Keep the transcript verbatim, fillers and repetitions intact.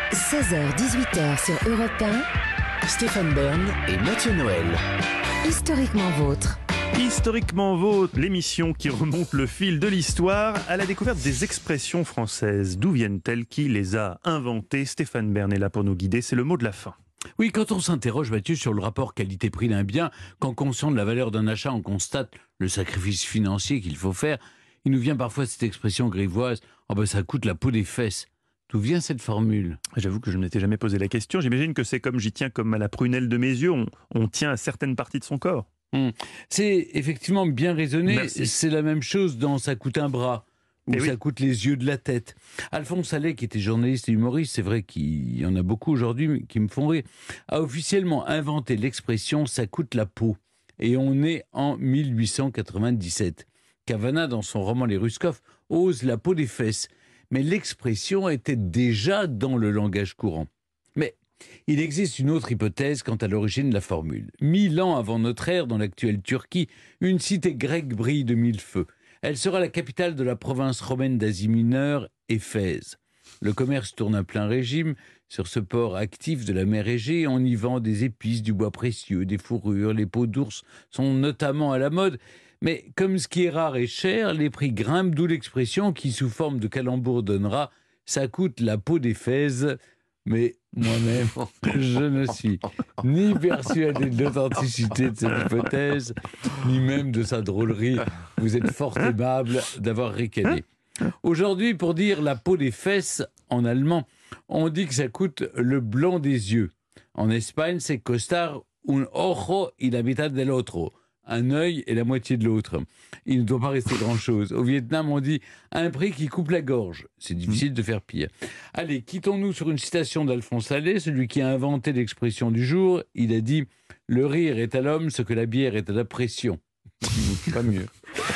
seize heures dix-huit heures sur Europe un. Stéphane Bern et Mathieu Noël. Historiquement vôtre. Historiquement vôtre, l'émission qui remonte le fil de l'histoire à la découverte des expressions françaises. D'où viennent-elles? Qui les a inventées? Stéphane Bern est là pour nous guider, c'est le mot de la fin. Oui, quand on s'interroge, Mathieu, sur le rapport qualité-prix d'un bien, quand conscient de la valeur d'un achat, on constate le sacrifice financier qu'il faut faire, il nous vient parfois cette expression grivoise « Oh ben ça coûte la peau des fesses ». D'où vient cette formule? J'avoue que je ne m'étais jamais posé la question. J'imagine que c'est comme j'y tiens comme à la prunelle de mes yeux, on, on tient à certaines parties de son corps. Hum. C'est effectivement bien raisonné. Merci. C'est la même chose dans « Ça coûte un bras ». Ou Eh ça oui. coûte les yeux de la tête. Alphonse Allais, qui était journaliste et humoriste, c'est vrai qu'il y en a beaucoup aujourd'hui qui me font rire, a officiellement inventé l'expression « ça coûte la peau ». Et on est en mille huit cent quatre-vingt-dix-sept. Cavana, dans son roman Les Ruskov, ose la peau des fesses. Mais l'expression était déjà dans le langage courant. Mais il existe une autre hypothèse quant à l'origine de la formule. Mille ans avant notre ère, dans l'actuelle Turquie, une cité grecque brille de mille feux. Elle sera la capitale de la province romaine d'Asie mineure, Éphèse. Le commerce tourne à plein régime. Sur ce port actif de la mer Égée, on y vend des épices, du bois précieux, des fourrures. Les peaux d'ours sont notamment à la mode. Mais comme ce qui est rare est cher, les prix grimpent, d'où l'expression qui, sous forme de calembour, donnera « ça coûte la peau d'Éphèse ». Mais moi-même, je ne suis ni persuadé de l'authenticité de cette hypothèse, ni même de sa drôlerie. Vous êtes fort aimable d'avoir ricané. Aujourd'hui, pour dire la peau des fesses en allemand, on dit que ça coûte le blanc des yeux. En Espagne, c'est costar un ojo y la mitad del otro. Un œil et la moitié de l'autre. Il ne doit pas rester grand-chose. Au Vietnam, on dit un prix qui coupe la gorge. C'est difficile de faire pire. Allez, quittons-nous sur une citation d'Alphonse Allais, celui qui a inventé l'expression du jour. Il a dit « Le rire est à l'homme ce que la bière est à la pression ». Pas mieux.